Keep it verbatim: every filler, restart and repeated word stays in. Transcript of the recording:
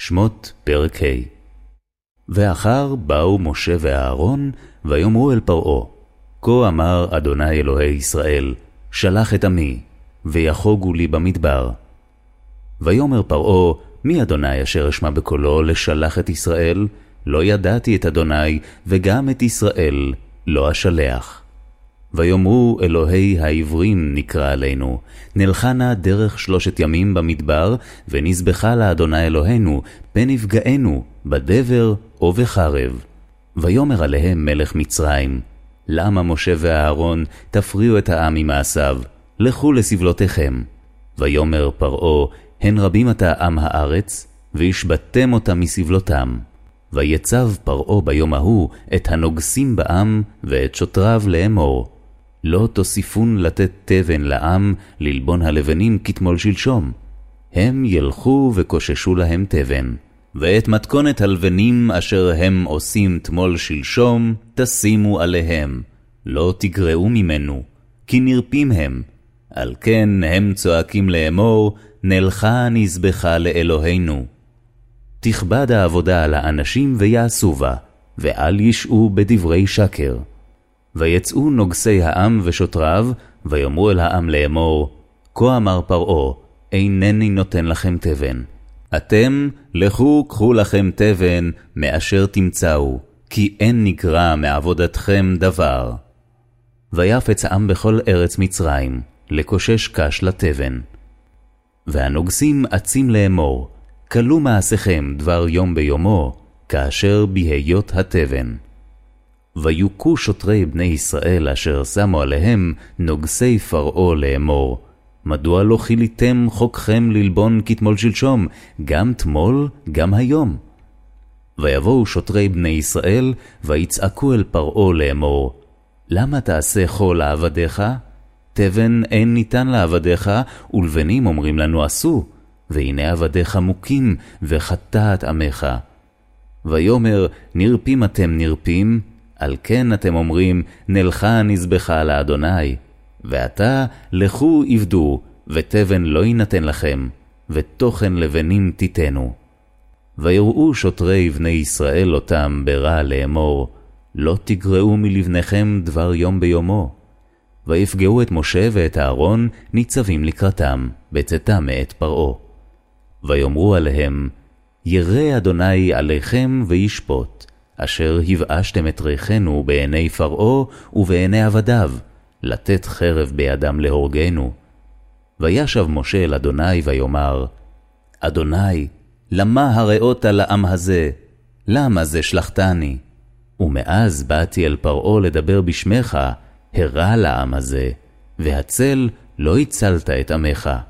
שמות פרק ה'. ואחר באו משה ואהרון, ויאמרו אל פרעה, כה אמר אדוני אלוהי ישראל, שלח את עמי, ויחוגו לי במדבר. ויאמר פרעה, מי אדוני אשר אשמע בקולו לשלח את ישראל? לא ידעתי את אדוני, וגם את ישראל לא אשלח. ויאמרו אלוהי העברים נקרא עלינו, נלכה נא דרך שלושת ימים במדבר, ונזבחה לאדוני אלוהינו, פן יפגענו בדבר או בחרב. ויאמר עליהם מלך מצרים, למה משה ואהרון תפריעו את העם ממעשיו? לכו לסבלותיכם. ויאמר פרעה, הן רבים עתה עם הארץ, והשבתם אותם מסבלותם. ויצב פרעה ביום ההוא את הנוגסים בעם ואת שוטריו לאמור, לא תוסיפון לתת תבן לעם ללבון הלבנים כתמול שלשום. הם ילכו וקוששו להם תבן. ואת מתכונת הלבנים אשר הם עושים תמול שלשום תשימו עליהם, לא תגרעו ממנו, כי נרפים הם. על כן הם צועקים לאמור, נלכה נזבחה לאלוהינו. תכבד העבודה על האנשים ויעשו בה, ואל ישעו בדברי שקר. ויצאו נוגסי העם ושוטריו, ויאמרו אל העם לאמור, כה אמר פרעה, אינני נותן לכם תבן. אתם לכו קחו לכם תבן מאשר תמצאו, כי אין נגרע מעבודתכם דבר. ויפץ העם בכל ארץ מצרים, לקושש קש לתבן. והנוגסים עצים לאמור, קלו מעשיכם דבר יום ביומו, כאשר בהיות התבן. ויוכו שוטרי בני ישראל אשר שמו עליהם נוגסי פרעה לאמור, מדוע לא חיליתם חוקכם ללבון כתמול שלשום, גם תמול, גם היום? ויבואו שוטרי בני ישראל, ויצעקו אל פרעה לאמור, למה תעשה כה לעבדיך? תבן אין ניתן לעבדיך, ולבנים אומרים לנו עשו, והנה עבדיך מוכים, וחטאת עמך. ויאמר, נרפים אתם נרפים, על כן אתם אומרים, נלכה נזבחה לאדוני. ועתה לכו עבדו, ותבן לא יינתן לכם, ותוכן לבנים תיתנו. ויראו שוטרי בני ישראל אותם ברע לאמור, לא תגרעו מלבניכם דבר יום ביומו. ויפגעו את משה ואת אהרון ניצבים לקראתם, בצאתם מאת פרעה. ויאמרו עליהם, ירא אדוני עליכם וישפוט, אשר הבאשתם את ריחנו בעיני פרעה ובעיני עבדיו, לתת חרב בידם להורגנו. וישב משה אל אדוני ויאמר, אדוני, למה הראות לעם הזה? למה זה שלחתני? ומאז באתי אל פרעה לדבר בשמך, הרע לעם הזה, והצל לא הצלת את עמך.